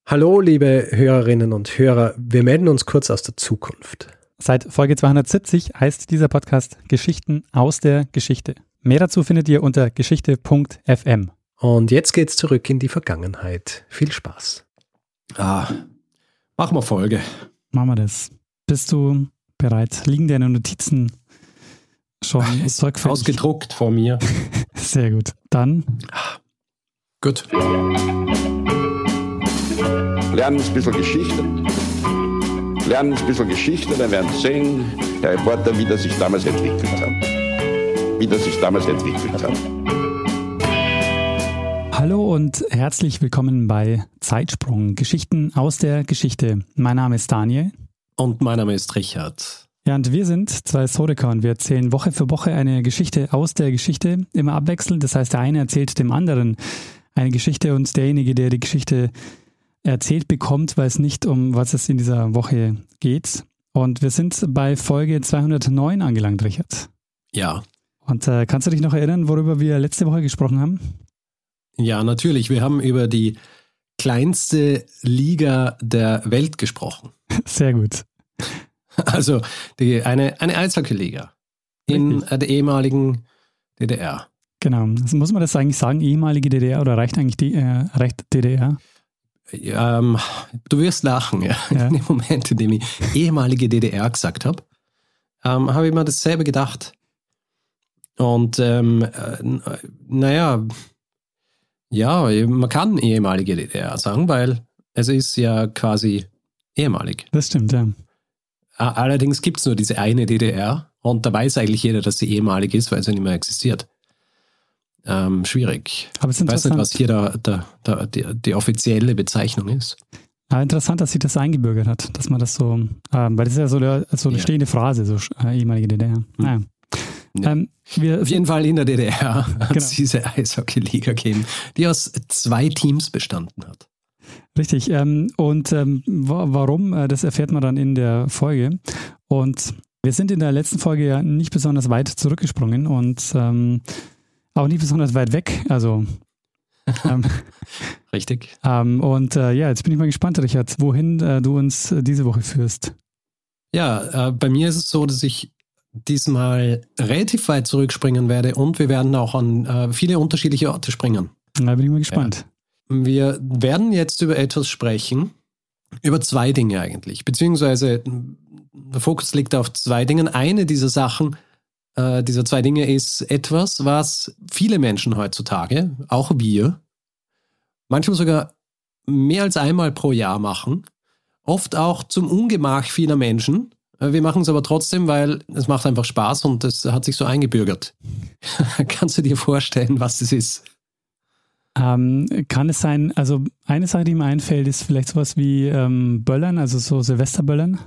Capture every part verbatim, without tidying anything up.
Hallo, liebe Hörerinnen und Hörer, wir melden uns kurz aus der Zukunft. Seit Folge zweihundertsiebzig heißt dieser Podcast Geschichten aus der Geschichte. Mehr dazu findet ihr unter geschichte punkt f m. Und jetzt geht's zurück in die Vergangenheit. Viel Spaß. Ah, machen wir Folge. Machen wir das. Bist du bereit? Liegen deine Notizen schon sorgfältig ausgedruckt vor mir? Sehr gut. Dann. Gut. Lernen ein bisschen Geschichte. Lernen ein bisschen Geschichte, dann werden Sie sehen, der Reporter, wie das sich damals entwickelt hat. Wie das sich damals entwickelt hat. Hallo und herzlich willkommen bei Zeitsprung, Geschichten aus der Geschichte. Mein Name ist Daniel. Und mein Name ist Richard. Ja, und wir sind zwei Historiker und wir erzählen Woche für Woche eine Geschichte aus der Geschichte, immer abwechselnd. Das heißt, der eine erzählt dem anderen eine Geschichte und derjenige, der die Geschichte erzählt bekommt, weiß nicht, um was es in dieser Woche geht. Und wir sind bei Folge zweihundertneun angelangt, Richard. Ja. Und äh, kannst du dich noch erinnern, worüber wir letzte Woche gesprochen haben? Ja, natürlich. Wir haben über die kleinste Liga der Welt gesprochen. Sehr gut. Also die, eine, eine Eishockey-Liga in Richtig. der ehemaligen D D R. Genau. Also muss man das eigentlich sagen, ehemalige D D R oder reicht eigentlich die äh, reicht D D R? Ähm, du wirst lachen, ja. Ja. In dem Moment, in dem ich ehemalige D D R gesagt habe, ähm, habe ich mir dasselbe gedacht. Und ähm, äh, naja, ja, man kann ehemalige D D R sagen, weil es ist ja quasi ehemalig. Das stimmt, ja. Allerdings gibt es nur diese eine D D R und da weiß eigentlich jeder, dass sie ehemalig ist, weil sie nicht mehr existiert. Ähm, schwierig. Aber es ist ich weiß nicht, was hier interessant. da, da, da, die, die offizielle Bezeichnung ist. Ja, interessant, dass sich das eingebürgert hat, dass man das so, ähm, weil das ist ja so eine, so eine Ja. stehende Phrase, so äh, ehemalige D D R. Naja. Ja. Ähm, wir, Auf jeden Fall in der D D R hat Genau. es diese Eishockey-Liga gegeben, die aus zwei Teams bestanden hat. Richtig. Ähm, und ähm, wa- warum, äh, das erfährt man dann in der Folge. Und wir sind in der letzten Folge ja nicht besonders weit zurückgesprungen und ähm, auch nicht besonders weit weg. Also ähm, Richtig? ähm, und äh, ja, jetzt bin ich mal gespannt, Richard, wohin äh, du uns äh, diese Woche führst. Ja, äh, bei mir ist es so, dass ich diesmal relativ weit zurückspringen werde und wir werden auch an äh, viele unterschiedliche Orte springen. Da bin ich mal gespannt. Wir werden jetzt über etwas sprechen, über zwei Dinge eigentlich, beziehungsweise der Fokus liegt auf zwei Dingen. Eine dieser Sachen, äh, dieser zwei Dinge ist etwas, was viele Menschen heutzutage, auch wir, manchmal sogar mehr als einmal pro Jahr machen, oft auch zum Ungemach vieler Menschen. Äh, Wir machen es aber trotzdem, weil es macht einfach Spaß und es hat sich so eingebürgert. Kannst du dir vorstellen, was das ist? Ähm, kann es sein, also eine Sache, die mir einfällt, ist vielleicht sowas wie ähm, Böllern, also so Silvesterböllern.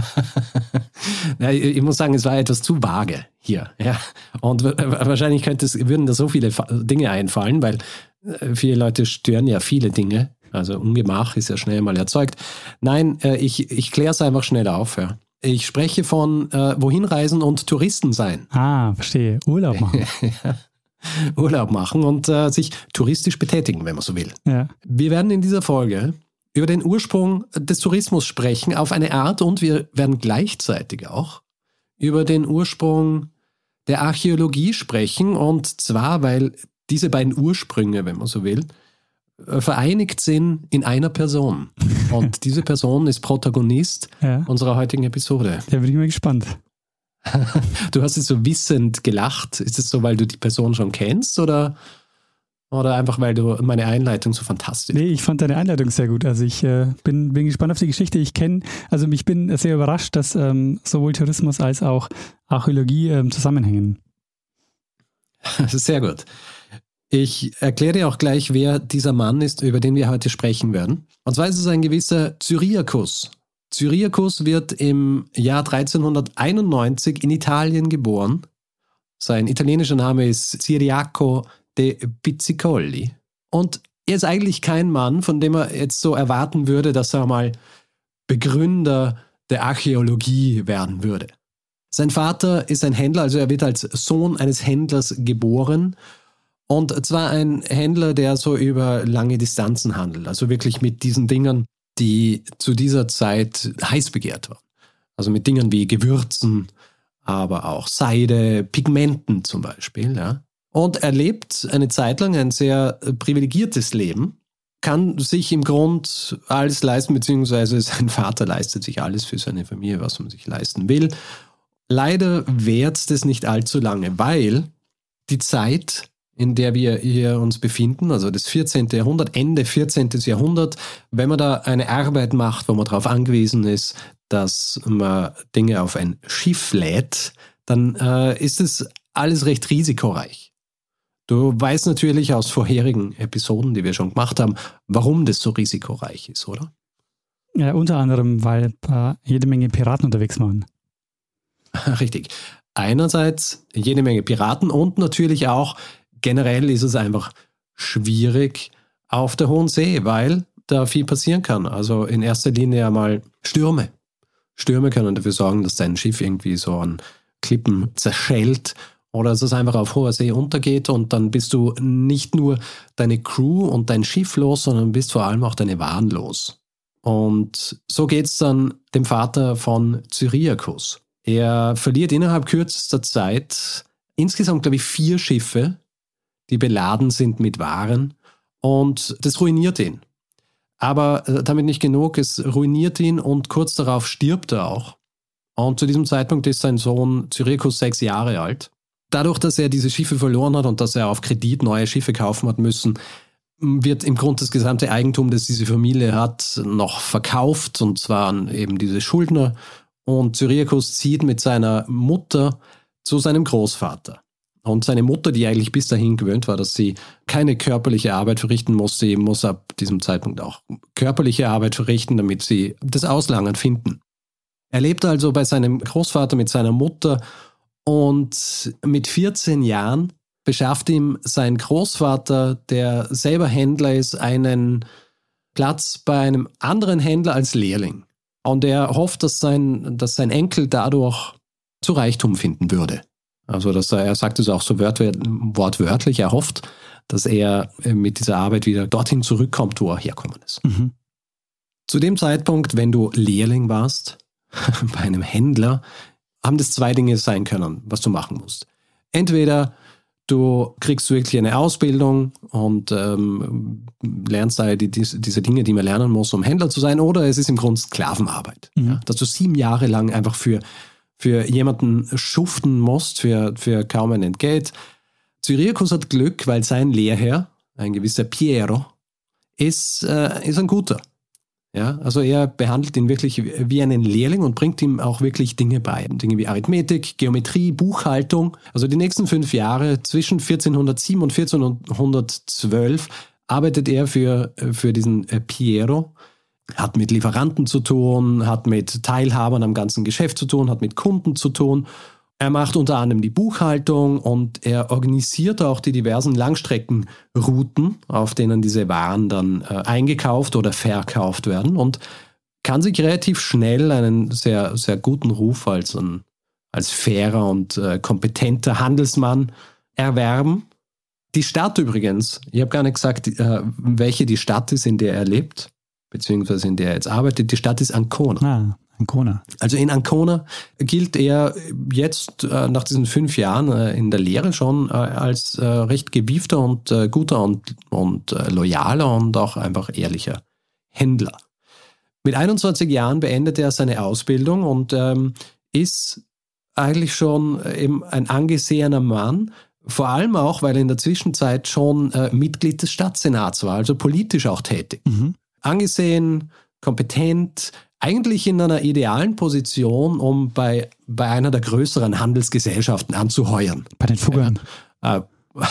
Ja, ich ich muss sagen, es war etwas zu vage hier. Ja. Und w- wahrscheinlich könnte es, würden da so viele Fa- Dinge einfallen, weil äh, viele Leute stören ja viele Dinge. Also Ungemach ist ja schnell mal erzeugt. Nein, äh, ich, ich kläre es einfach schnell auf. Ja. Ich spreche von äh, wohin reisen und Touristen sein. Ah, verstehe. Urlaub machen. Urlaub machen und äh, sich touristisch betätigen, wenn man so will. Ja. Wir werden in dieser Folge über den Ursprung des Tourismus sprechen auf eine Art und wir werden gleichzeitig auch über den Ursprung der Archäologie sprechen und zwar, weil diese beiden Ursprünge, wenn man so will, äh, vereinigt sind in einer Person. Und diese Person ist Protagonist Ja. unserer heutigen Episode. Da bin ich mal gespannt. Du hast jetzt so wissend gelacht. Ist es so, weil du die Person schon kennst oder, oder einfach, weil du meine Einleitung so fantastisch Nee, ich fand deine Einleitung sehr gut. Also ich äh, bin, bin gespannt auf die Geschichte. Ich kenne, also ich bin sehr überrascht, dass ähm, sowohl Tourismus als auch Archäologie ähm, zusammenhängen. Sehr gut. Ich erkläre dir auch gleich, wer dieser Mann ist, über den wir heute sprechen werden. Und zwar ist es ein gewisser Cyriacus. Cyriacus wird im Jahr dreizehnhunderteinundneunzig in Italien geboren. Sein italienischer Name ist Ciriaco de Pizzicoli. Und er ist eigentlich kein Mann, von dem man jetzt so erwarten würde, dass er mal Begründer der Archäologie werden würde. Sein Vater ist ein Händler, also er wird als Sohn eines Händlers geboren Und zwar ein Händler, der so über lange Distanzen handelt, also wirklich mit diesen Dingen, die zu dieser Zeit heiß begehrt waren. Also mit Dingen wie Gewürzen, aber auch Seide, Pigmenten zum Beispiel. Ja. Und er lebt eine Zeit lang ein sehr privilegiertes Leben, kann sich im Grund alles leisten, beziehungsweise sein Vater leistet sich alles für seine Familie, was man sich leisten will. Leider währt das nicht allzu lange, weil die Zeit, in der wir hier uns befinden, also das vierzehnte Jahrhundert, Ende vierzehnten Jahrhundert, wenn man da eine Arbeit macht, wo man darauf angewiesen ist, dass man Dinge auf ein Schiff lädt, dann äh, ist es alles recht risikoreich. Du weißt natürlich aus vorherigen Episoden, die wir schon gemacht haben, warum das so risikoreich ist, oder? Ja, unter anderem, weil äh, jede Menge Piraten unterwegs waren. Richtig. Einerseits jede Menge Piraten und natürlich auch generell ist es einfach schwierig auf der Hohen See, weil da viel passieren kann. Also in erster Linie einmal Stürme. Stürme können dafür sorgen, dass dein Schiff irgendwie so an Klippen zerschellt oder dass es einfach auf hoher See untergeht und dann bist du nicht nur deine Crew und dein Schiff los, sondern bist vor allem auch deine Waren los. Und so geht es dann dem Vater von Cyriacus. Er verliert innerhalb kürzester Zeit insgesamt, glaube ich, vier Schiffe, die beladen sind mit Waren und das ruiniert ihn. Aber damit nicht genug, es ruiniert ihn und kurz darauf stirbt er auch. Und zu diesem Zeitpunkt ist sein Sohn Cyriacus sechs Jahre alt. Dadurch, dass er diese Schiffe verloren hat und dass er auf Kredit neue Schiffe kaufen hat müssen, wird im Grunde das gesamte Eigentum, das diese Familie hat, noch verkauft, und zwar an eben diese Schuldner. Und Cyriacus zieht mit seiner Mutter zu seinem Großvater. Und seine Mutter, die eigentlich bis dahin gewöhnt war, dass sie keine körperliche Arbeit verrichten musste, sie muss ab diesem Zeitpunkt auch körperliche Arbeit verrichten, damit sie das Auslangen finden. Er lebt also bei seinem Großvater mit seiner Mutter und mit vierzehn Jahren beschafft ihm sein Großvater, der selber Händler ist, einen Platz bei einem anderen Händler als Lehrling. Und er hofft, dass sein, dass sein Enkel dadurch zu Reichtum finden würde. Also dass er, er sagt es auch so wortwörtlich, er hofft, dass er mit dieser Arbeit wieder dorthin zurückkommt, wo er herkommen ist. Mhm. Zu dem Zeitpunkt, wenn du Lehrling warst, bei einem Händler, haben das zwei Dinge sein können, was du machen musst. Entweder du kriegst wirklich eine Ausbildung und ähm, lernst all die, diese, diese Dinge, die man lernen muss, um Händler zu sein, oder es ist im Grunde Sklavenarbeit. Mhm. Ja, dass du sieben Jahre lang einfach für für jemanden schuften musst, für, für kaum ein Entgelt. Cyriacus hat Glück, weil sein Lehrherr, ein gewisser Piero, ist, äh, ist ein guter. Ja, also er behandelt ihn wirklich wie einen Lehrling und bringt ihm auch wirklich Dinge bei. Dinge wie Arithmetik, Geometrie, Buchhaltung. Also die nächsten fünf Jahre, zwischen vierzehnhundertsieben und vierzehnhundertzwölf, arbeitet er für, für diesen äh, Piero. Hat mit Lieferanten zu tun, hat mit Teilhabern am ganzen Geschäft zu tun, hat mit Kunden zu tun. Er macht unter anderem die Buchhaltung und er organisiert auch die diversen Langstreckenrouten, auf denen diese Waren dann äh, eingekauft oder verkauft werden, und kann sich relativ schnell einen sehr, sehr guten Ruf als, ein, als fairer und äh, kompetenter Handelsmann erwerben. Die Stadt übrigens, ich habe gar nicht gesagt, äh, welche die Stadt ist, in der er lebt, beziehungsweise in der er jetzt arbeitet. Die Stadt ist Ancona. Ah, Ancona. Also in Ancona gilt er jetzt äh, nach diesen fünf Jahren äh, in der Lehre schon äh, als äh, recht gewiefter und äh, guter und, und äh, loyaler und auch einfach ehrlicher Händler. Mit einundzwanzig Jahren beendet er seine Ausbildung und ähm, ist eigentlich schon eben ein angesehener Mann, vor allem auch, weil er in der Zwischenzeit schon äh, Mitglied des Stadtsenats war, also politisch auch tätig. Mhm. Angesehen, kompetent, eigentlich in einer idealen Position, um bei, bei einer der größeren Handelsgesellschaften anzuheuern. Bei den Fuggern. Äh,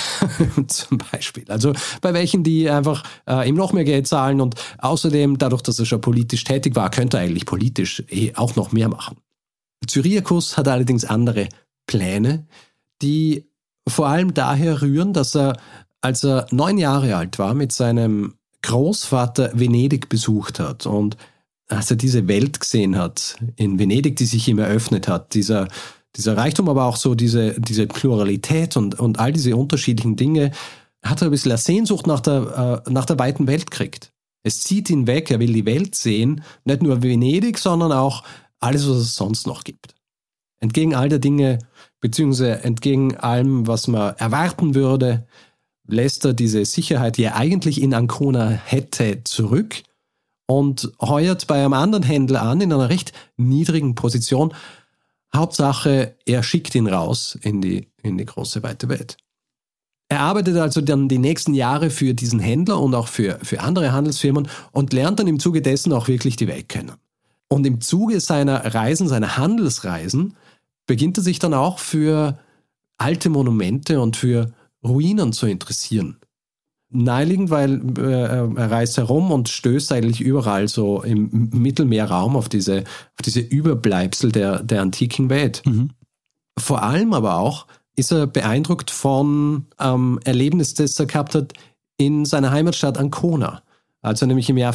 zum Beispiel. Also bei welchen, die einfach äh, ihm noch mehr Geld zahlen, und außerdem, dadurch, dass er schon politisch tätig war, könnte er eigentlich politisch eh auch noch mehr machen. Cyriacus hat allerdings andere Pläne, die vor allem daher rühren, dass er, als er neun Jahre alt war, mit seinem Großvater Venedig besucht hat, und als er diese Welt gesehen hat in Venedig, die sich ihm eröffnet hat, dieser, dieser Reichtum, aber auch so diese, diese Pluralität und, und all diese unterschiedlichen Dinge, hat er ein bisschen eine Sehnsucht nach der, äh, nach der weiten Welt kriegt. Es zieht ihn weg, er will die Welt sehen, nicht nur Venedig, sondern auch alles, was es sonst noch gibt. Entgegen all der Dinge, beziehungsweise entgegen allem, was man erwarten würde, lässt er diese Sicherheit, die er eigentlich in Ancona hätte, zurück und heuert bei einem anderen Händler an, in einer recht niedrigen Position. Hauptsache, er schickt ihn raus in die, in die große, weite Welt. Er arbeitet also dann die nächsten Jahre für diesen Händler und auch für, für andere Handelsfirmen und lernt dann im Zuge dessen auch wirklich die Welt kennen. Und im Zuge seiner Reisen, seiner Handelsreisen, beginnt er sich dann auch für alte Monumente und für Ruinen zu interessieren. Naheliegend, weil äh, er reist herum und stößt eigentlich überall so im Mittelmeerraum auf diese, auf diese Überbleibsel der, der antiken Welt. Mhm. Vor allem aber auch ist er beeindruckt von ähm, Erlebnis, das er gehabt hat in seiner Heimatstadt Ancona. Als er nämlich im Jahr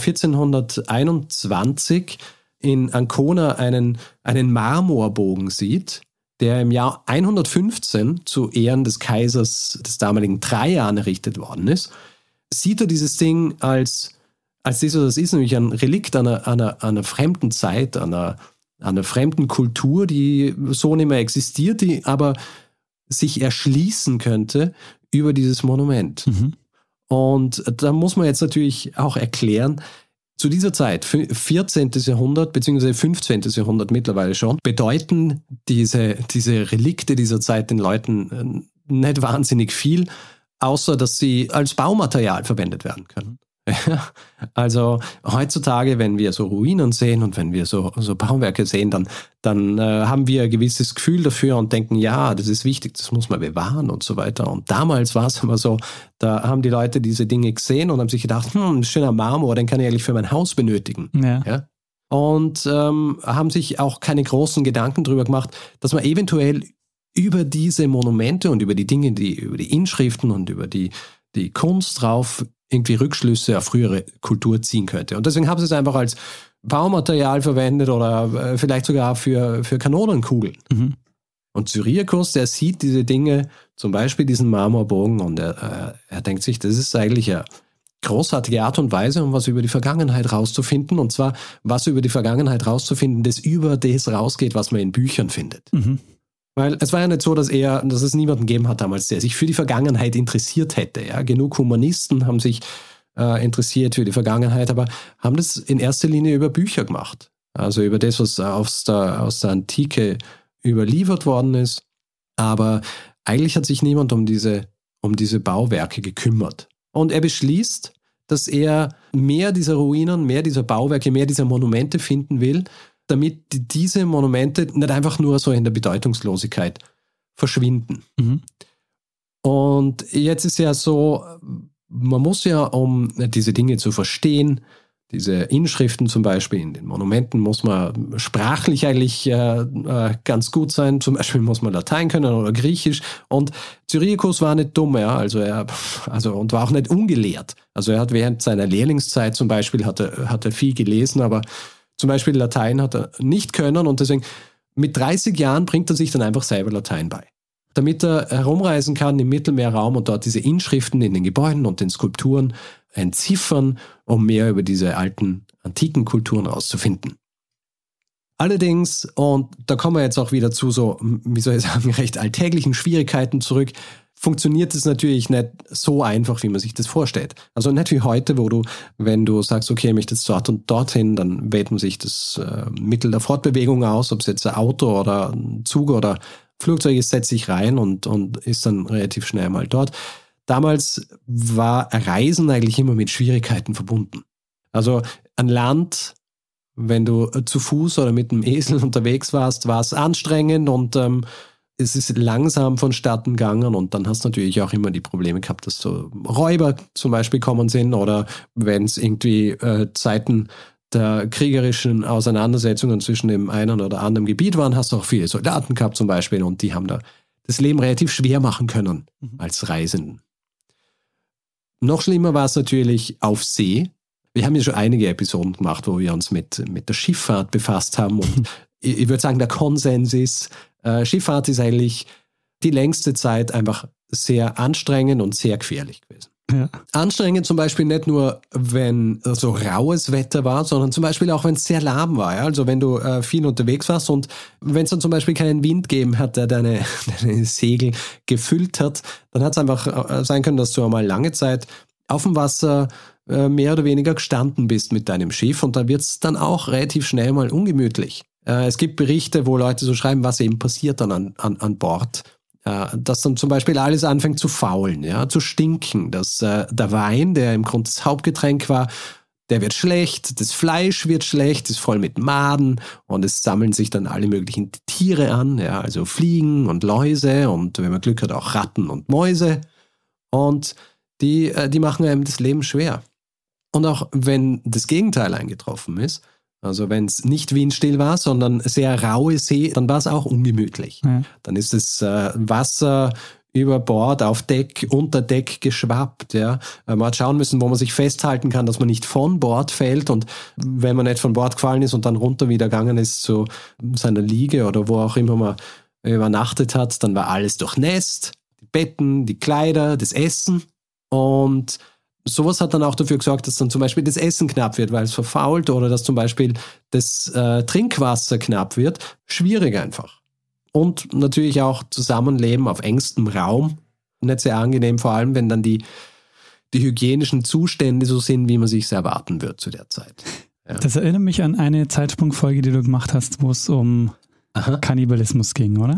vierzehnhunderteinundzwanzig in Ancona einen, einen Marmorbogen sieht, der im Jahr hundertfünfzehn zu Ehren des Kaisers des damaligen Trajan errichtet worden ist, sieht er dieses Ding als, als das, was das ist, nämlich ein Relikt einer, einer, einer fremden Zeit, einer, einer fremden Kultur, die so nicht mehr existiert, die aber sich erschließen könnte über dieses Monument. Mhm. Und da muss man jetzt natürlich auch erklären, zu dieser Zeit, vierzehnten. Jahrhundert bzw. fünfzehnten. Jahrhundert mittlerweile schon, bedeuten diese, diese Relikte dieser Zeit den Leuten nicht wahnsinnig viel, außer dass sie als Baumaterial verwendet werden können. Also heutzutage, wenn wir so Ruinen sehen und wenn wir so, so Bauwerke sehen, dann, dann äh, haben wir ein gewisses Gefühl dafür und denken, ja, das ist wichtig, das muss man bewahren und so weiter. Und damals war es immer so, da haben die Leute diese Dinge gesehen und haben sich gedacht, hm, ein schöner Marmor, den kann ich eigentlich für mein Haus benötigen. Ja. Ja? Und ähm, haben sich auch keine großen Gedanken darüber gemacht, dass man eventuell über diese Monumente und über die Dinge, die über die Inschriften und über die, die Kunst drauf irgendwie Rückschlüsse auf frühere Kultur ziehen könnte. Und deswegen haben sie es einfach als Baumaterial verwendet oder vielleicht sogar für, für Kanonenkugeln. Mhm. Und Cyriacus, der sieht diese Dinge, zum Beispiel diesen Marmorbogen, und er, er denkt sich, das ist eigentlich eine großartige Art und Weise, um was über die Vergangenheit rauszufinden. Und zwar, was über die Vergangenheit rauszufinden, das über das rausgeht, was man in Büchern findet. Mhm. Weil es war ja nicht so, dass er, dass es niemanden gegeben hat damals, der sich für die Vergangenheit interessiert hätte. Ja? Genug Humanisten haben sich äh, interessiert für die Vergangenheit, aber haben das in erster Linie über Bücher gemacht. Also über das, was aus der, aus der Antike überliefert worden ist. Aber eigentlich hat sich niemand um diese, um diese Bauwerke gekümmert. Und er beschließt, dass er mehr dieser Ruinen, mehr dieser Bauwerke, mehr dieser Monumente finden will, damit diese Monumente nicht einfach nur so in der Bedeutungslosigkeit verschwinden. Mhm. Und jetzt ist ja so, man muss ja, um diese Dinge zu verstehen, diese Inschriften zum Beispiel in den Monumenten, muss man sprachlich eigentlich äh, äh, ganz gut sein. Zum Beispiel muss man Latein können oder Griechisch. Und Cyriacus war nicht dumm, ja, also er, also und war auch nicht ungelehrt. Also er hat während seiner Lehrlingszeit zum Beispiel hat er, hat er viel gelesen, aber zum Beispiel Latein hat er nicht können und deswegen mit dreißig Jahren bringt er sich dann einfach selber Latein bei. Damit er herumreisen kann im Mittelmeerraum und dort diese Inschriften in den Gebäuden und den Skulpturen entziffern, um mehr über diese alten, antiken Kulturen rauszufinden. Allerdings, und da kommen wir jetzt auch wieder zu so, wie soll ich sagen, recht alltäglichen Schwierigkeiten zurück, funktioniert es natürlich nicht so einfach, wie man sich das vorstellt. Also nicht wie heute, wo du, wenn du sagst, okay, ich möchte jetzt dort und dorthin, dann wählt man sich das äh, Mittel der Fortbewegung aus, ob es jetzt ein Auto oder ein Zug oder Flugzeug ist, setzt sich rein und, und ist dann relativ schnell mal dort. Damals war Reisen eigentlich immer mit Schwierigkeiten verbunden. Also an Land, wenn du zu Fuß oder mit einem Esel unterwegs warst, war es anstrengend und ähm, es ist langsam vonstatten gegangen und dann hast du natürlich auch immer die Probleme gehabt, dass so Räuber zum Beispiel kommen sind oder wenn es irgendwie äh, Zeiten der kriegerischen Auseinandersetzungen zwischen dem einen oder anderen Gebiet waren, hast du auch viele Soldaten gehabt zum Beispiel und die haben da das Leben relativ schwer machen können mhm. als Reisenden. Noch schlimmer war es natürlich auf See. Wir haben ja schon einige Episoden gemacht, wo wir uns mit, mit der Schifffahrt befasst haben und ich würde sagen, der Konsens ist, äh, Schifffahrt ist eigentlich die längste Zeit einfach sehr anstrengend und sehr gefährlich gewesen. Ja. Anstrengend zum Beispiel nicht nur, wenn so raues Wetter war, sondern zum Beispiel auch, wenn es sehr lahm war. Ja? Also wenn du äh, viel unterwegs warst und wenn es dann zum Beispiel keinen Wind gegeben hat, der deine, deine Segel gefüllt hat, dann hat es einfach äh, sein können, dass du einmal lange Zeit auf dem Wasser äh, mehr oder weniger gestanden bist mit deinem Schiff und dann wird es dann auch relativ schnell mal ungemütlich. Äh, es gibt Berichte, wo Leute so schreiben, was eben passiert dann an, an, an Bord. Dass dann zum Beispiel alles anfängt zu faulen, ja, zu stinken, dass äh, der Wein, der im Grunde das Hauptgetränk war, der wird schlecht, das Fleisch wird schlecht, ist voll mit Maden und es sammeln sich dann alle möglichen Tiere an, ja, also Fliegen und Läuse und wenn man Glück hat auch Ratten und Mäuse und die, äh, die machen einem das Leben schwer. Und auch wenn das Gegenteil eingetroffen ist, also wenn es nicht windstill war, sondern sehr raue See, dann war es auch ungemütlich. Ja. Dann ist das äh, Wasser über Bord, auf Deck, unter Deck geschwappt. Ja. Man hat schauen müssen, wo man sich festhalten kann, dass man nicht von Bord fällt. Und wenn man nicht von Bord gefallen ist und dann runter wieder gegangen ist zu seiner Liege oder wo auch immer man übernachtet hat, dann war alles durchnässt. Die Betten, die Kleider, das Essen. Und sowas hat dann auch dafür gesorgt, dass dann zum Beispiel das Essen knapp wird, weil es verfault oder dass zum Beispiel das äh, Trinkwasser knapp wird. Schwierig einfach. Und natürlich auch Zusammenleben auf engstem Raum. Nicht sehr angenehm, vor allem wenn dann die, die hygienischen Zustände so sind, wie man sich erwarten wird zu der Zeit. Ja. Das erinnert mich an eine Zeitsprungfolge, die du gemacht hast, wo es um Aha. Kannibalismus ging, oder?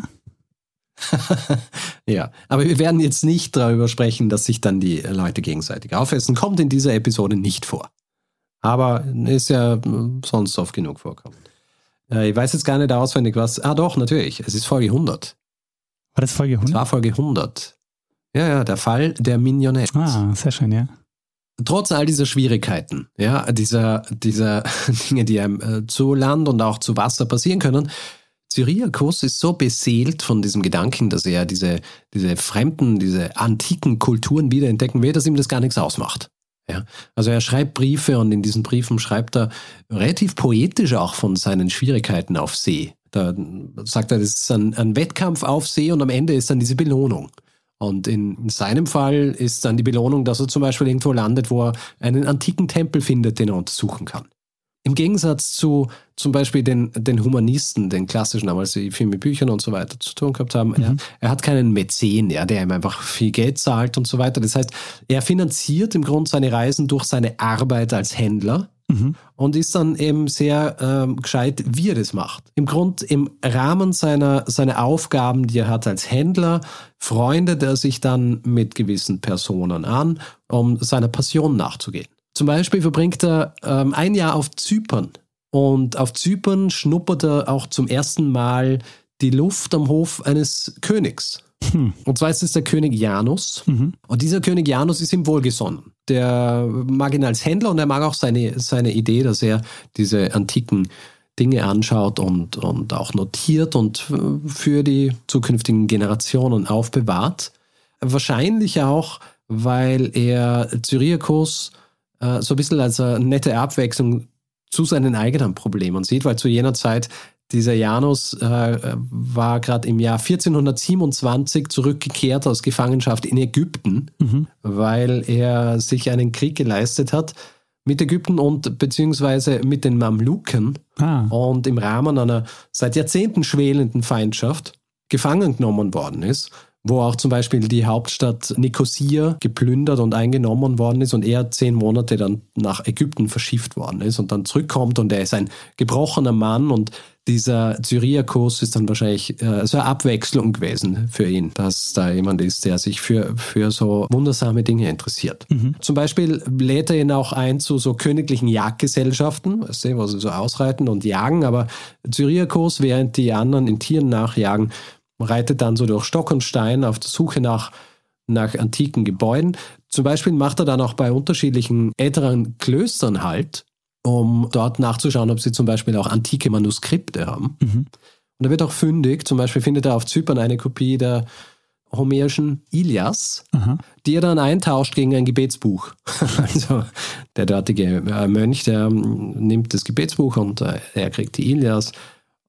Ja, aber wir werden jetzt nicht darüber sprechen, dass sich dann die Leute gegenseitig aufessen. Kommt in dieser Episode nicht vor. Aber ist ja sonst oft genug vorkommen. Ich weiß jetzt gar nicht auswendig, was... Ah doch, natürlich. Es ist Folge hundert. War das Folge hundert? Es war Folge hundert. Ja, ja, der Fall der Mignonette. Ah, sehr schön, ja. Trotz all dieser Schwierigkeiten, ja, dieser, dieser Dinge, die einem äh, zu Land und auch zu Wasser passieren können, Cyriakos ist so beseelt von diesem Gedanken, dass er diese, diese fremden, diese antiken Kulturen wiederentdecken will, dass ihm das gar nichts ausmacht. Ja? Also er schreibt Briefe und in diesen Briefen schreibt er relativ poetisch auch von seinen Schwierigkeiten auf See. Da sagt er, das ist ein, ein Wettkampf auf See und am Ende ist dann diese Belohnung. Und in, in seinem Fall ist dann die Belohnung, dass er zum Beispiel irgendwo landet, wo er einen antiken Tempel findet, den er untersuchen kann. Im Gegensatz zu zum Beispiel den, den Humanisten, den klassischen, damals die viel mit Büchern und so weiter zu tun gehabt haben, mhm. er, er hat keinen Mäzen, ja, der ihm einfach viel Geld zahlt und so weiter. Das heißt, er finanziert im Grunde seine Reisen durch seine Arbeit als Händler mhm. und ist dann eben sehr ähm, gescheit, wie er das macht. Im Grunde im Rahmen seiner, seiner Aufgaben, die er hat als Händler, freundet er sich dann mit gewissen Personen an, um seiner Passion nachzugehen. Zum Beispiel verbringt er ähm, ein Jahr auf Zypern und auf Zypern schnuppert er auch zum ersten Mal die Luft am Hof eines Königs. Hm. Und zwar ist es der König Janus. Mhm. Und dieser König Janus ist ihm wohlgesonnen. Der mag ihn als Händler und er mag auch seine, seine Idee, dass er diese antiken Dinge anschaut und, und auch notiert und für die zukünftigen Generationen aufbewahrt. Wahrscheinlich auch, weil er Cyriakos so ein bisschen als eine nette Abwechslung zu seinen eigenen Problemen sieht, weil zu jener Zeit dieser Janus äh, war gerade im Jahr vierzehnhundertsiebenundzwanzig zurückgekehrt aus Gefangenschaft in Ägypten, mhm. weil er sich einen Krieg geleistet hat mit Ägypten und beziehungsweise mit den Mamluken ah. und im Rahmen einer seit Jahrzehnten schwelenden Feindschaft gefangen genommen worden ist, wo auch zum Beispiel die Hauptstadt Nikosia geplündert und eingenommen worden ist und er zehn Monate dann nach Ägypten verschifft worden ist und dann zurückkommt und er ist ein gebrochener Mann und dieser Cyriakos ist dann wahrscheinlich äh, so eine Abwechslung gewesen für ihn, dass da jemand ist, der sich für, für so wundersame Dinge interessiert. Mhm. Zum Beispiel lädt er ihn auch ein zu so königlichen Jagdgesellschaften, weißt du, wo sie so ausreiten und jagen, aber Cyriakos, während die anderen in Tieren nachjagen, reitet dann so durch Stock und Stein auf der Suche nach, nach antiken Gebäuden. Zum Beispiel macht er dann auch bei unterschiedlichen älteren Klöstern halt, um dort nachzuschauen, ob sie zum Beispiel auch antike Manuskripte haben. Mhm. Und er wird auch fündig. Zum Beispiel findet er auf Zypern eine Kopie der homerischen Ilias, Aha. die er dann eintauscht gegen ein Gebetsbuch. Also der dortige Mönch, der nimmt das Gebetsbuch und er kriegt die Ilias.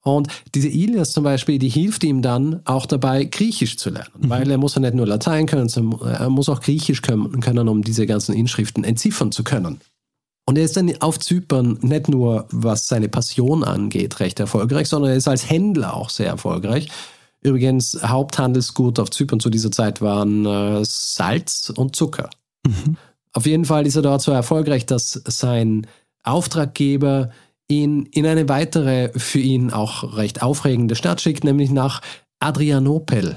Und diese Ilias zum Beispiel, die hilft ihm dann auch dabei, Griechisch zu lernen, mhm. weil er muss ja nicht nur Latein können, sondern er muss auch Griechisch können, können, um diese ganzen Inschriften entziffern zu können. Und er ist dann auf Zypern nicht nur, was seine Passion angeht, recht erfolgreich, sondern er ist als Händler auch sehr erfolgreich. Übrigens, Haupthandelsgut auf Zypern zu dieser Zeit waren äh, Salz und Zucker. Mhm. Auf jeden Fall ist er dort so erfolgreich, dass sein Auftraggeber ihn in eine weitere, für ihn auch recht aufregende Stadt schickt, nämlich nach Adrianopel.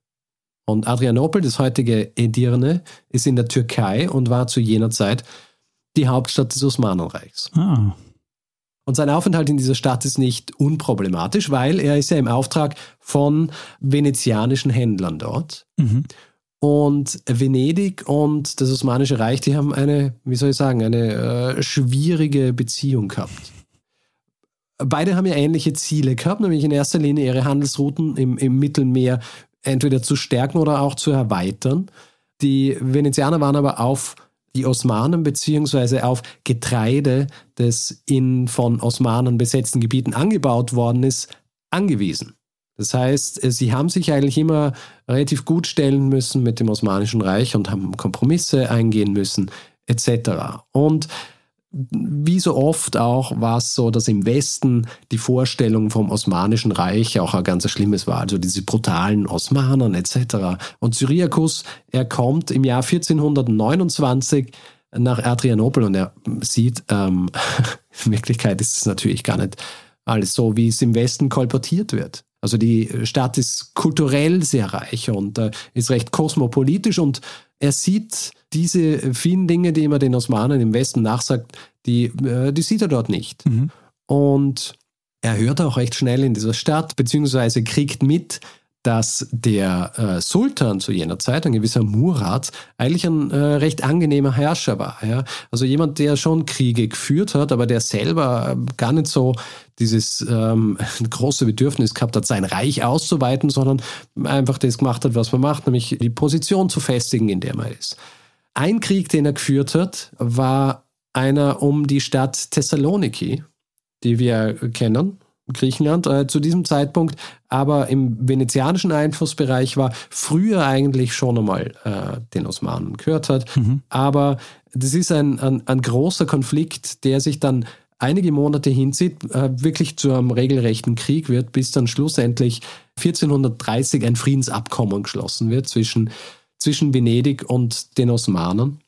Und Adrianopel, das heutige Edirne, ist in der Türkei und war zu jener Zeit die Hauptstadt des Osmanenreichs. Ah. Und sein Aufenthalt in dieser Stadt ist nicht unproblematisch, weil er ist ja im Auftrag von venezianischen Händlern dort. Mhm. Und Venedig und das Osmanische Reich, die haben eine, wie soll ich sagen, eine äh, schwierige Beziehung gehabt. Beide haben ja ähnliche Ziele gehabt, nämlich in erster Linie ihre Handelsrouten im, im Mittelmeer entweder zu stärken oder auch zu erweitern. Die Venezianer waren aber auf die Osmanen beziehungsweise auf Getreide, das in von Osmanen besetzten Gebieten angebaut worden ist, angewiesen. Das heißt, sie haben sich eigentlich immer relativ gut stellen müssen mit dem Osmanischen Reich und haben Kompromisse eingehen müssen, et cetera. Und wie so oft auch war es so, dass im Westen die Vorstellung vom Osmanischen Reich auch ein ganz schlimmes war, also diese brutalen Osmanen et cetera. Und Cyriakus, er kommt im Jahr vierzehnhundertneunundzwanzig nach Adrianopel und er sieht, ähm, in Wirklichkeit ist es natürlich gar nicht alles so, wie es im Westen kolportiert wird. Also die Stadt ist kulturell sehr reich und äh, ist recht kosmopolitisch und er sieht diese vielen Dinge, die immer den Osmanen im Westen nachsagt, die, äh, die sieht er dort nicht. Mhm. Und er hört auch recht schnell in dieser Stadt, beziehungsweise kriegt mit, dass der äh, Sultan zu jener Zeit, ein gewisser Murat, eigentlich ein äh, recht angenehmer Herrscher war. Ja? Also jemand, der schon Kriege geführt hat, aber der selber äh, gar nicht so dieses ähm, große Bedürfnis gehabt hat, sein Reich auszuweiten, sondern einfach das gemacht hat, was man macht, nämlich die Position zu festigen, in der man ist. Ein Krieg, den er geführt hat, war einer um die Stadt Thessaloniki, die wir kennen, Griechenland, äh, zu diesem Zeitpunkt aber im venezianischen Einflussbereich war, früher eigentlich schon einmal äh, den Osmanen gehört hat. Mhm. Aber das ist ein, ein, ein großer Konflikt, der sich dann einige Monate hinzieht, äh, wirklich zu einem regelrechten Krieg wird, bis dann schlussendlich vierzehnhundertdreißig ein Friedensabkommen geschlossen wird zwischen, zwischen Venedig und den Osmanen.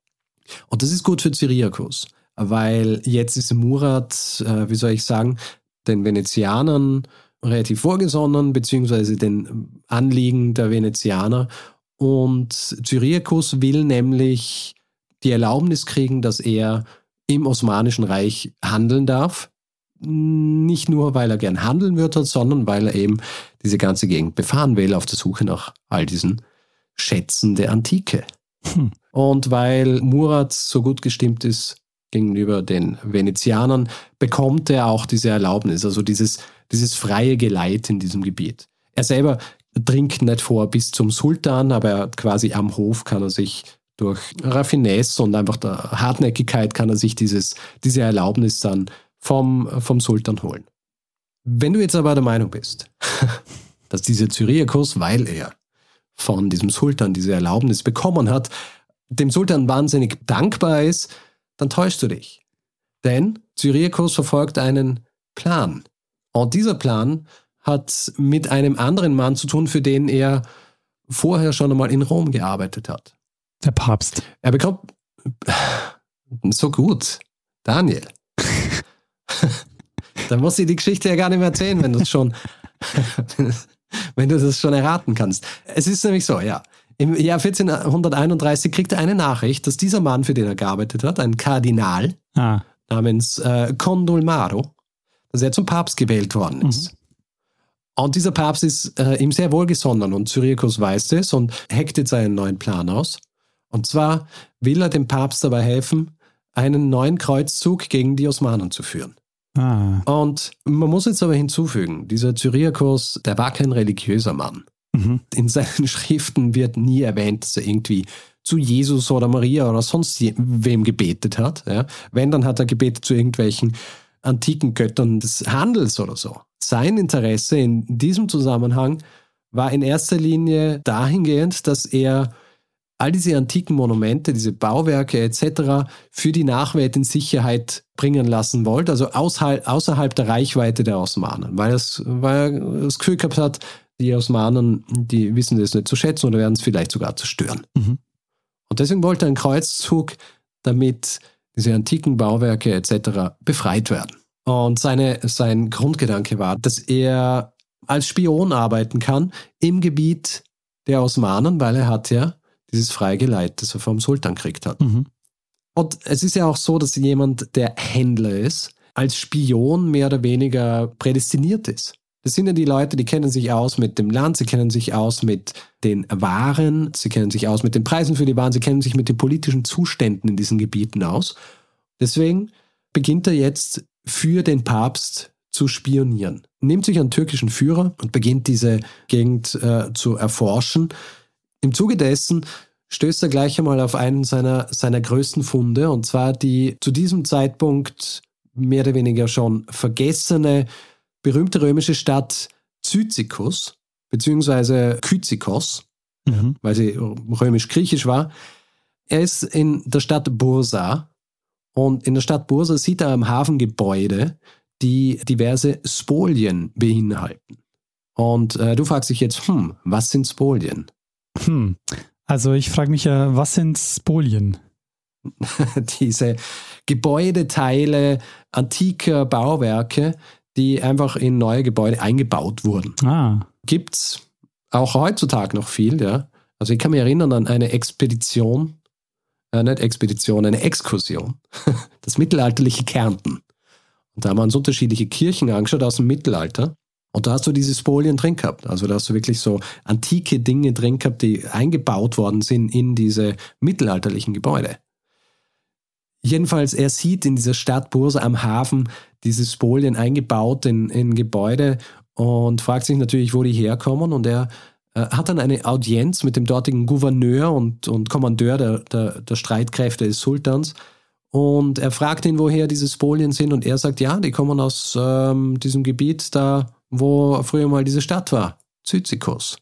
Und das ist gut für Cyriakus, weil jetzt ist Murat, äh, wie soll ich sagen, den Venezianern relativ vorgesonnen, beziehungsweise den Anliegen der Venezianer. Und Cyriakus will nämlich die Erlaubnis kriegen, dass er im Osmanischen Reich handeln darf. Nicht nur, weil er gern handeln würde, sondern weil er eben diese ganze Gegend befahren will auf der Suche nach all diesen Schätzen der Antike. Hm. Und weil Murat so gut gestimmt ist gegenüber den Venezianern, bekommt er auch diese Erlaubnis, also dieses, dieses freie Geleit in diesem Gebiet. Er selber dringt nicht vor bis zum Sultan, aber er, quasi am Hof kann er sich durch Raffinesse und einfach der Hartnäckigkeit kann er sich dieses, diese Erlaubnis dann vom, vom Sultan holen. Wenn du jetzt aber der Meinung bist, dass dieser Cyriakus, weil er von diesem Sultan diese Erlaubnis bekommen hat, dem Sultan wahnsinnig dankbar ist, dann täuschst du dich. Denn Cyriakus verfolgt einen Plan. Und dieser Plan hat mit einem anderen Mann zu tun, für den er vorher schon einmal in Rom gearbeitet hat. Der Papst. Er bekommt... So gut. Daniel. Dann muss ich die Geschichte ja gar nicht mehr erzählen, wenn du es schon... wenn du das schon erraten kannst. Es ist nämlich so, ja. Im Jahr vierzehnhunderteinunddreißig kriegt er eine Nachricht, dass dieser Mann, für den er gearbeitet hat, ein Kardinal ah. namens äh, Condulmaro, dass er zum Papst gewählt worden ist. Mhm. Und dieser Papst ist äh, ihm sehr wohlgesonnen und Cyriakus weiß das und heckt jetzt einen neuen Plan aus. Und zwar will er dem Papst dabei helfen, einen neuen Kreuzzug gegen die Osmanen zu führen. Ah. Und man muss jetzt aber hinzufügen, dieser Cyriakus, der war kein religiöser Mann. Mhm. In seinen Schriften wird nie erwähnt, dass er irgendwie zu Jesus oder Maria oder sonst wem gebetet hat. Ja? Wenn, dann hat er gebetet zu irgendwelchen antiken Göttern des Handels oder so. Sein Interesse in diesem Zusammenhang war in erster Linie dahingehend, dass er all diese antiken Monumente, diese Bauwerke et cetera für die Nachwelt in Sicherheit bringen lassen wollte, also außerhalb der Reichweite der Osmanen, weil, es, weil er das Gefühl gehabt hat, die Osmanen, die wissen das nicht zu schätzen oder werden es vielleicht sogar zerstören. Mhm. Und deswegen wollte er einen Kreuzzug, damit diese antiken Bauwerke et cetera befreit werden. Und seine, sein Grundgedanke war, dass er als Spion arbeiten kann im Gebiet der Osmanen, weil er hat ja dieses freie Geleit, das er vom Sultan gekriegt hat. Mhm. Und es ist ja auch so, dass jemand, der Händler ist, als Spion mehr oder weniger prädestiniert ist. Das sind ja die Leute, die kennen sich aus mit dem Land, sie kennen sich aus mit den Waren, sie kennen sich aus mit den Preisen für die Waren, sie kennen sich mit den politischen Zuständen in diesen Gebieten aus. Deswegen beginnt er jetzt für den Papst zu spionieren. Nimmt sich einen türkischen Führer und beginnt diese Gegend äh, zu erforschen. Im Zuge dessen stößt er gleich einmal auf einen seiner, seiner größten Funde, und zwar die zu diesem Zeitpunkt mehr oder weniger schon vergessene, berühmte römische Stadt Cyzicus, beziehungsweise Kyzikos, mhm. weil sie römisch-griechisch war. Er ist in der Stadt Bursa, und in der Stadt Bursa sieht er am Hafen Gebäude, die diverse Spolien beinhalten. Und äh, du fragst dich jetzt, hm, was sind Spolien? Hm. Also ich frage mich ja, was sind Spolien? Diese Gebäudeteile antiker Bauwerke, die einfach in neue Gebäude eingebaut wurden. Ah. Gibt's auch heutzutage noch viel, ja. Also ich kann mich erinnern an eine Expedition, äh, nicht Expedition, eine Exkursion, das mittelalterliche Kärnten. Und da haben wir uns unterschiedliche Kirchen angeschaut aus dem Mittelalter. Und da hast du diese Spolien drin gehabt. Also da hast du wirklich so antike Dinge drin gehabt, die eingebaut worden sind in diese mittelalterlichen Gebäude. Jedenfalls, er sieht in dieser Stadt Bursa am Hafen diese Spolien eingebaut in, in Gebäude und fragt sich natürlich, wo die herkommen. Und er äh, hat dann eine Audienz mit dem dortigen Gouverneur und, und Kommandeur der, der, der Streitkräfte des Sultans. Und er fragt ihn, woher diese Spolien sind. Und er sagt, ja, die kommen aus ähm, diesem Gebiet da, wo früher mal diese Stadt war, Cyzicus.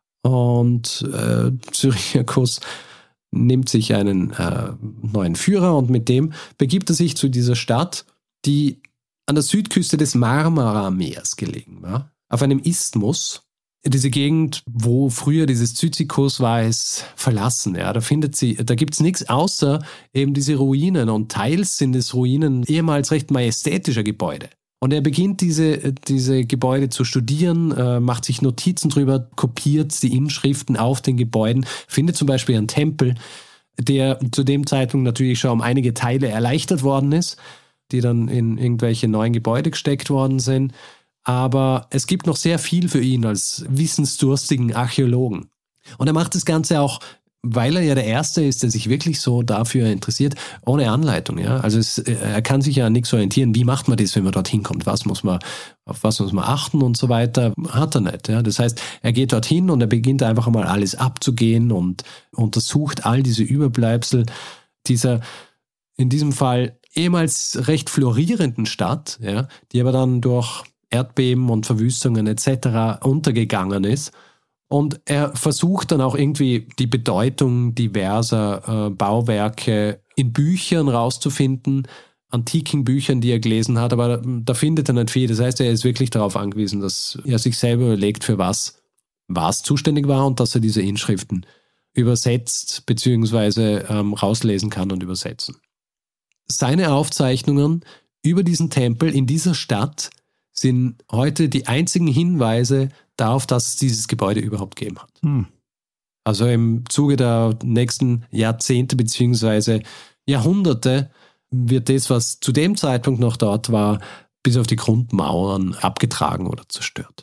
Und äh, Cyriacus nimmt sich einen äh, neuen Führer und mit dem begibt er sich zu dieser Stadt, die an der Südküste des Marmara-Meers gelegen war, auf einem Isthmus. Diese Gegend, wo früher dieses Cyzicus war, ist verlassen. Ja, da findet sie, da gibt es nichts außer eben diese Ruinen, und teils sind es Ruinen ehemals recht majestätischer Gebäude. Und er beginnt diese, diese Gebäude zu studieren, äh, macht sich Notizen drüber, kopiert die Inschriften auf den Gebäuden, findet zum Beispiel einen Tempel, der zu dem Zeitpunkt natürlich schon um einige Teile erleichtert worden ist, die dann in irgendwelche neuen Gebäude gesteckt worden sind. Aber es gibt noch sehr viel für ihn als wissensdurstigen Archäologen. Und er macht das Ganze auch, weil er ja der Erste ist, der sich wirklich so dafür interessiert, ohne Anleitung. Ja? Also es, er kann sich ja an nichts orientieren. Wie macht man das, wenn man dorthin kommt? Was muss man, auf was muss man achten und so weiter? Hat er nicht. Ja? Das heißt, er geht dorthin und er beginnt einfach mal alles abzugehen und untersucht all diese Überbleibsel dieser, in diesem Fall ehemals recht florierenden Stadt, ja? Die aber dann durch Erdbeben und Verwüstungen et cetera untergegangen ist. Und er versucht dann auch irgendwie die Bedeutung diverser äh, Bauwerke in Büchern rauszufinden, antiken Büchern, die er gelesen hat, aber da, da findet er nicht viel. Das heißt, er ist wirklich darauf angewiesen, dass er sich selber überlegt, für was, was zuständig war und dass er diese Inschriften übersetzt bzw. ähm, rauslesen kann und übersetzen. Seine Aufzeichnungen über diesen Tempel in dieser Stadt sind heute die einzigen Hinweise darauf, dass es dieses Gebäude überhaupt gegeben hat. Hm. Also im Zuge der nächsten Jahrzehnte bzw. Jahrhunderte wird das, was zu dem Zeitpunkt noch dort war, bis auf die Grundmauern abgetragen oder zerstört.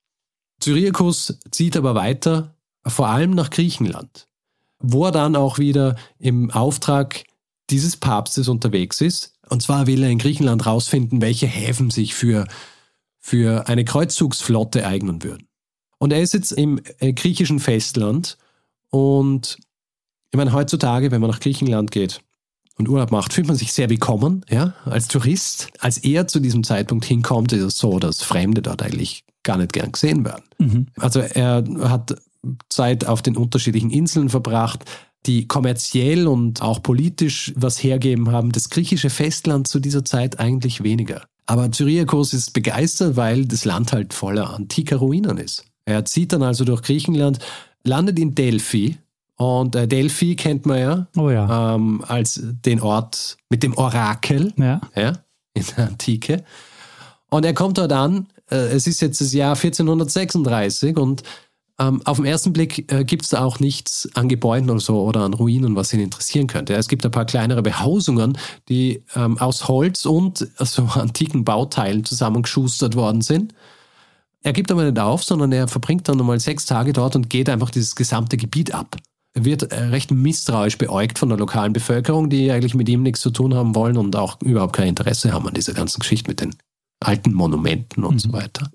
Cyriacus zieht aber weiter, vor allem nach Griechenland, wo er dann auch wieder im Auftrag dieses Papstes unterwegs ist. Und zwar will er in Griechenland rausfinden, welche Häfen sich für für eine Kreuzzugsflotte eignen würden. Und er ist jetzt im äh, griechischen Festland und ich meine, heutzutage, wenn man nach Griechenland geht, und Urlaub macht, fühlt man sich sehr willkommen, ja, als Tourist. Als er zu diesem Zeitpunkt hinkommt, ist es so, dass Fremde dort eigentlich gar nicht gern gesehen werden. Mhm. Also er hat Zeit auf den unterschiedlichen Inseln verbracht, die kommerziell und auch politisch was hergeben haben. Das griechische Festland zu dieser Zeit eigentlich weniger. Aber Cyriakos ist begeistert, weil das Land halt voller antiker Ruinen ist. Er zieht dann also durch Griechenland, landet in Delphi. Und äh, Delphi kennt man ja, oh ja. Ähm, als den Ort mit dem Orakel ja. Ja, in der Antike. Und er kommt dort an, äh, es ist jetzt das Jahr vierzehnhundertsechsunddreißig und ähm, auf den ersten Blick äh, gibt es da auch nichts an Gebäuden oder so oder an Ruinen, was ihn interessieren könnte. Es gibt ein paar kleinere Behausungen, die ähm, aus Holz und so antiken Bauteilen zusammengeschustert worden sind. Er gibt aber nicht auf, sondern er verbringt dann nochmal sechs Tage dort und geht einfach dieses gesamte Gebiet ab. Er wird recht misstrauisch beäugt von der lokalen Bevölkerung, die eigentlich mit ihm nichts zu tun haben wollen und auch überhaupt kein Interesse haben an dieser ganzen Geschichte mit den alten Monumenten und mhm. so weiter.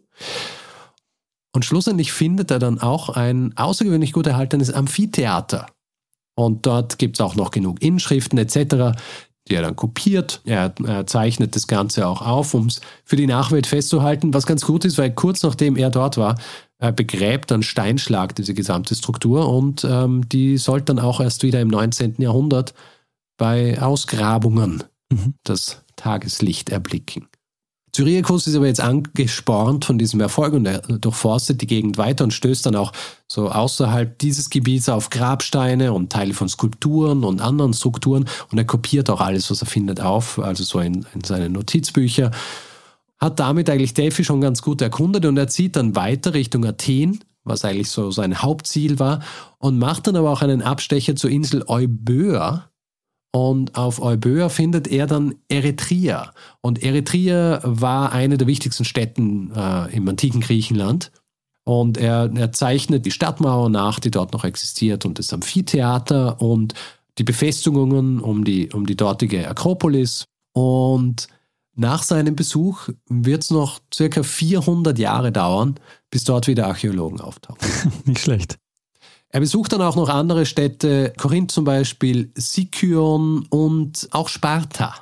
Und schlussendlich findet er dann auch ein außergewöhnlich gut erhaltenes Amphitheater. Und dort gibt es auch noch genug Inschriften et cetera, die er dann kopiert. Er, er zeichnet das Ganze auch auf, um es für die Nachwelt festzuhalten, was ganz gut ist, weil kurz nachdem er dort war, er begräbt dann Steinschlag diese gesamte Struktur und ähm, die sollte dann auch erst wieder im neunzehnten Jahrhundert bei Ausgrabungen mhm. das Tageslicht erblicken. Cyriakos ist aber jetzt angespornt von diesem Erfolg und er durchforstet die Gegend weiter und stößt dann auch so außerhalb dieses Gebiets auf Grabsteine und Teile von Skulpturen und anderen Strukturen und er kopiert auch alles, was er findet, auf, also so in, in seine Notizbücher. Hat damit eigentlich Delphi schon ganz gut erkundet und er zieht dann weiter Richtung Athen, was eigentlich so sein Hauptziel war, und macht dann aber auch einen Abstecher zur Insel Euböa. Und auf Euböa findet er dann Eretria. Und Eretria war eine der wichtigsten Städten äh, im antiken Griechenland. Und er, er zeichnet die Stadtmauer nach, die dort noch existiert, und das Amphitheater und die Befestigungen um die, um die dortige Akropolis. Und nach seinem Besuch wird es noch circa vierhundert Jahre dauern, bis dort wieder Archäologen auftauchen. Nicht schlecht. Er besucht dann auch noch andere Städte, Korinth zum Beispiel, Sicyon und auch Sparta,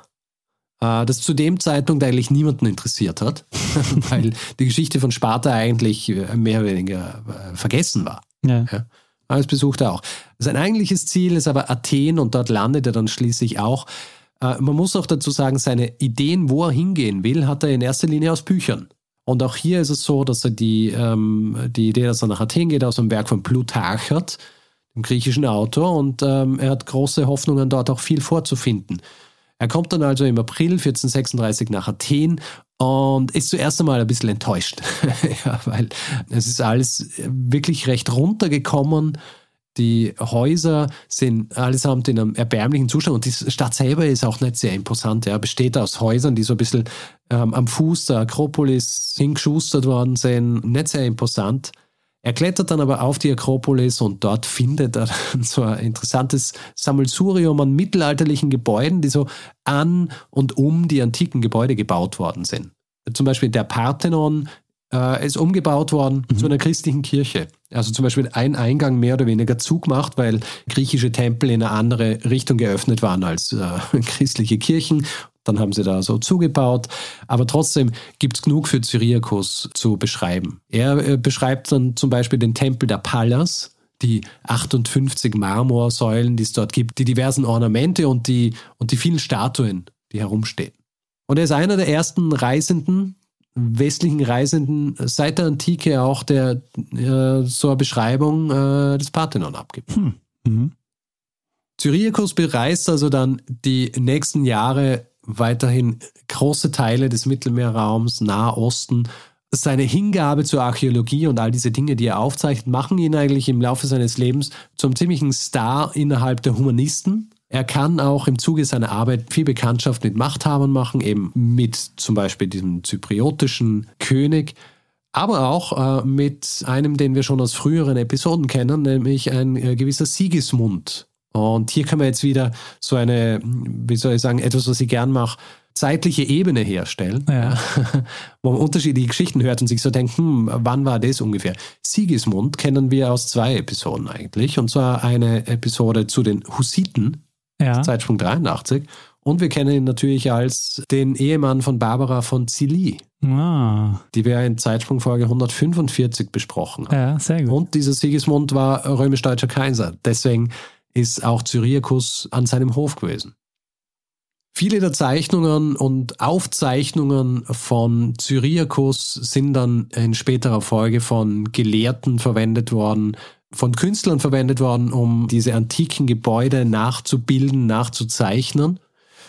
das zu dem Zeitpunkt eigentlich niemanden interessiert hat, weil die Geschichte von Sparta eigentlich mehr oder weniger vergessen war. Ja. Ja, aber das besucht er auch. Sein eigentliches Ziel ist aber Athen und dort landet er dann schließlich auch. Man muss auch dazu sagen, seine Ideen, wo er hingehen will, hat er in erster Linie aus Büchern. Und auch hier ist es so, dass er die, ähm, die Idee, dass er nach Athen geht, aus dem Werk von Plutarch hat, dem griechischen Autor, und ähm, er hat große Hoffnungen, dort auch viel vorzufinden. Er kommt dann also im April vierzehnhundertsechsunddreißig nach Athen und ist zuerst einmal ein bisschen enttäuscht, ja, weil es ist alles wirklich recht runtergekommen. Die Häuser sind allesamt in einem erbärmlichen Zustand und die Stadt selber ist auch nicht sehr imposant. Ja. Besteht aus Häusern, die so ein bisschen ähm, am Fuß der Akropolis hingeschustert worden sind. Nicht sehr imposant. Er klettert dann aber auf die Akropolis und dort findet er dann so ein interessantes Sammelsurium an mittelalterlichen Gebäuden, die so an und um die antiken Gebäude gebaut worden sind. Zum Beispiel der Parthenon äh, ist umgebaut worden mhm. zu einer christlichen Kirche. Also zum Beispiel ein Eingang mehr oder weniger zugemacht, weil griechische Tempel in eine andere Richtung geöffnet waren als äh, christliche Kirchen. Dann haben sie da so zugebaut. Aber trotzdem gibt es genug für Cyriakos zu beschreiben. Er äh, beschreibt dann zum Beispiel den Tempel der Pallas, die achtundfünfzig Marmorsäulen, die es dort gibt, die diversen Ornamente und die, und die vielen Statuen, die herumstehen. Und er ist einer der ersten Reisenden, westlichen Reisenden seit der Antike auch, der äh, so eine Beschreibung äh, des Parthenon abgibt. Hm. Mhm. Cyriakos bereist also dann die nächsten Jahre weiterhin große Teile des Mittelmeerraums, Nahosten. Seine Hingabe zur Archäologie und all diese Dinge, die er aufzeichnet, machen ihn eigentlich im Laufe seines Lebens zum ziemlichen Star innerhalb der Humanisten. Er kann auch im Zuge seiner Arbeit viel Bekanntschaft mit Machthabern machen, eben mit zum Beispiel diesem zypriotischen König, aber auch äh, mit einem, den wir schon aus früheren Episoden kennen, nämlich ein äh, gewisser Sigismund. Und hier kann man jetzt wieder so eine, wie soll ich sagen, etwas, was ich gern mache, zeitliche Ebene herstellen, ja. wo man unterschiedliche Geschichten hört und sich so denkt, hm, wann war das ungefähr? Sigismund kennen wir aus zwei Episoden eigentlich, und zwar eine Episode zu den Hussiten Ja. Zeitsprung dreiundachtzig. Und wir kennen ihn natürlich als den Ehemann von Barbara von Cilly, Ah. die wir in Zeitsprung-Folge hundertfünfundvierzig besprochen haben. Ja, sehr gut. Und dieser Sigismund war römisch-deutscher Kaiser. Deswegen ist auch Cyriacus an seinem Hof gewesen. Viele der Zeichnungen und Aufzeichnungen von Cyriacus sind dann in späterer Folge von Gelehrten verwendet worden, von Künstlern verwendet worden, um diese antiken Gebäude nachzubilden, nachzuzeichnen.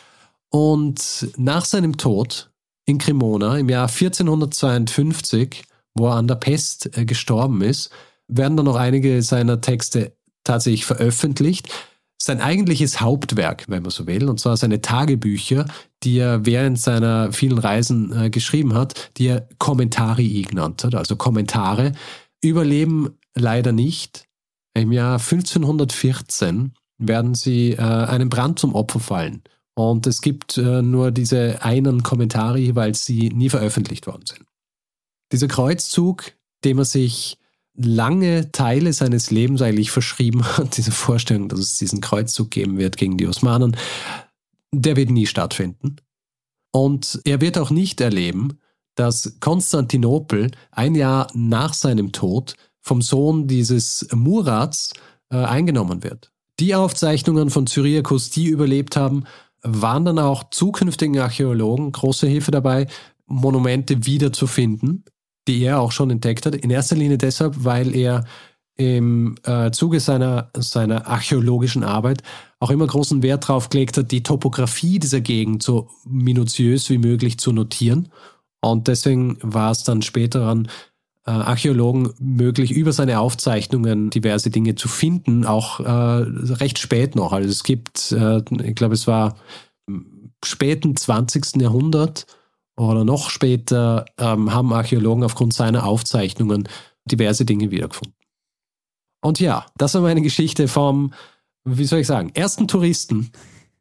Und nach seinem Tod in Cremona im Jahr vierzehnhundertzweiundfünfzig, wo er an der Pest äh, gestorben ist, werden dann noch einige seiner Texte tatsächlich veröffentlicht. Sein eigentliches Hauptwerk, wenn man so will, und zwar seine Tagebücher, die er während seiner vielen Reisen äh, geschrieben hat, die er Commentarii genannt hat, also Kommentare, überleben leider nicht. Im Jahr fünfzehnhundertvierzehn werden sie äh, einem Brand zum Opfer fallen. Und es gibt äh, nur diese einen Kommentare, weil sie nie veröffentlicht worden sind. Dieser Kreuzzug, dem er sich lange Teile seines Lebens eigentlich verschrieben hat, diese Vorstellung, dass es diesen Kreuzzug geben wird gegen die Osmanen, der wird nie stattfinden. Und er wird auch nicht erleben, dass Konstantinopel ein Jahr nach seinem Tod vom Sohn dieses Murads äh, eingenommen wird. Die Aufzeichnungen von Cyriacus, die überlebt haben, waren dann auch zukünftigen Archäologen große Hilfe dabei, Monumente wiederzufinden, die er auch schon entdeckt hat. In erster Linie deshalb, weil er im äh, Zuge seiner, seiner archäologischen Arbeit auch immer großen Wert darauf gelegt hat, die Topographie dieser Gegend so minutiös wie möglich zu notieren. Und deswegen war es dann später an äh, Archäologen möglich, über seine Aufzeichnungen diverse Dinge zu finden, auch äh, recht spät noch. Also es gibt, äh, ich glaube, es war im späten zwanzigsten Jahrhundert oder noch später, ähm, haben Archäologen aufgrund seiner Aufzeichnungen diverse Dinge wiedergefunden. Und ja, das war meine Geschichte vom, wie soll ich sagen, ersten Touristen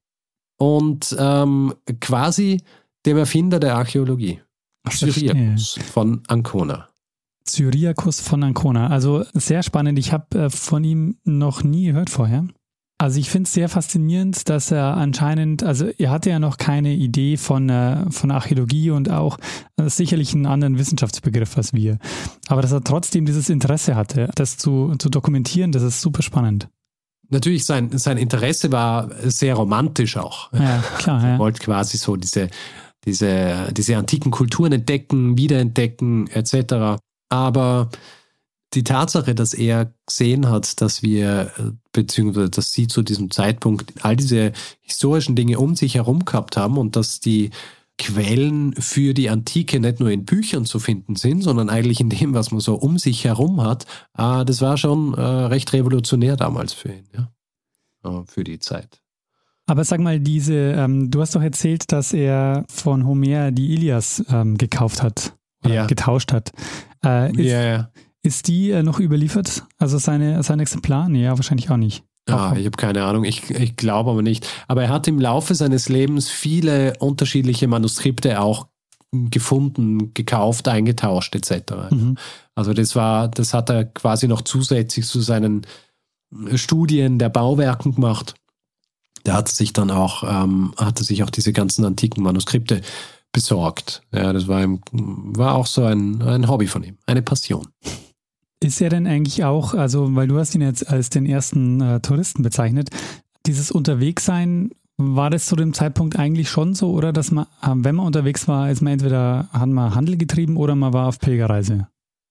und ähm, quasi dem Erfinder der Archäologie. Cyriacus von Ancona. Cyriacus von Ancona. Also sehr spannend. Ich habe äh, von ihm noch nie gehört vorher. Also ich finde es sehr faszinierend, dass er anscheinend, also er hatte ja noch keine Idee von, äh, von Archäologie und auch äh, sicherlich einen anderen Wissenschaftsbegriff als wir. Aber dass er trotzdem dieses Interesse hatte, das zu, zu dokumentieren, das ist super spannend. Natürlich, sein, sein Interesse war sehr romantisch auch. Ja, klar. Er Ja. wollte quasi so diese, diese, diese antiken Kulturen entdecken, wiederentdecken et cetera. Aber die Tatsache, dass er gesehen hat, dass wir, beziehungsweise dass sie zu diesem Zeitpunkt all diese historischen Dinge um sich herum gehabt haben und dass die Quellen für die Antike nicht nur in Büchern zu finden sind, sondern eigentlich in dem, was man so um sich herum hat, äh, das war schon äh, recht revolutionär damals für ihn, ja, äh, für die Zeit. Aber sag mal, diese, ähm, du hast doch erzählt, dass er von Homer die Ilias ähm, gekauft hat oder Ja. getauscht hat. Äh, ist, Ja, ja. ist die äh, noch überliefert? Also seine, sein Exemplar? Nee, ja, wahrscheinlich auch nicht. Ja, ich habe keine Ahnung, ich, ich glaube aber nicht. Aber er hat im Laufe seines Lebens viele unterschiedliche Manuskripte auch gefunden, gekauft, eingetauscht et cetera. Mhm. Also das war, das hat er quasi noch zusätzlich zu seinen Studien der Bauwerken gemacht. Da hat er sich dann auch, ähm, hat er sich auch diese ganzen antiken Manuskripte besorgt. Ja, das war, ihm, war auch so ein, ein Hobby von ihm, eine Passion. Ist er denn eigentlich auch, also weil du hast ihn jetzt als den ersten äh, Touristen bezeichnet, dieses Unterwegssein, war das zu dem Zeitpunkt eigentlich schon so, oder dass man, äh, wenn man unterwegs war, ist man entweder, hat man Handel getrieben oder man war auf Pilgerreise?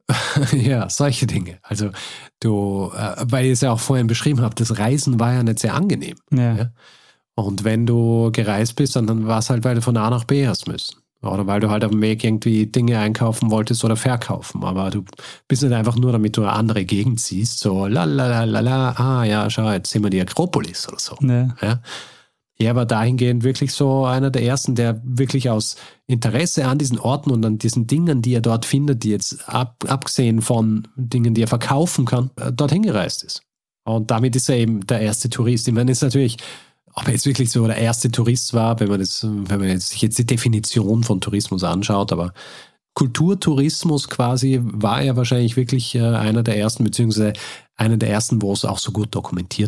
Ja, solche Dinge. Also du, äh, weil ich es ja auch vorhin beschrieben habe, das Reisen war ja nicht sehr angenehm. Ja. Ja? Und wenn du gereist bist, dann, dann war es halt, weil du von A nach B hast müssen. Oder weil du halt auf dem Weg irgendwie Dinge einkaufen wolltest oder verkaufen. Aber du bist nicht einfach nur, damit du eine andere Gegend siehst. So, la la la la la, ah ja, schau, jetzt sehen wir die Akropolis oder so. Ja. Ja? Er war dahingehend wirklich so einer der Ersten, der wirklich aus Interesse an diesen Orten und an diesen Dingen, die er dort findet, die jetzt ab, abgesehen von Dingen, die er verkaufen kann, dorthin gereist ist. Und damit ist er eben der erste Tourist. Ich meine, ist natürlich, ob er jetzt wirklich so der erste Tourist war, wenn man das, wenn man jetzt, sich jetzt die Definition von Tourismus anschaut, aber Kulturtourismus quasi war er wahrscheinlich wirklich einer der ersten, beziehungsweise einer der ersten, wo es auch so gut dokumentiert ist.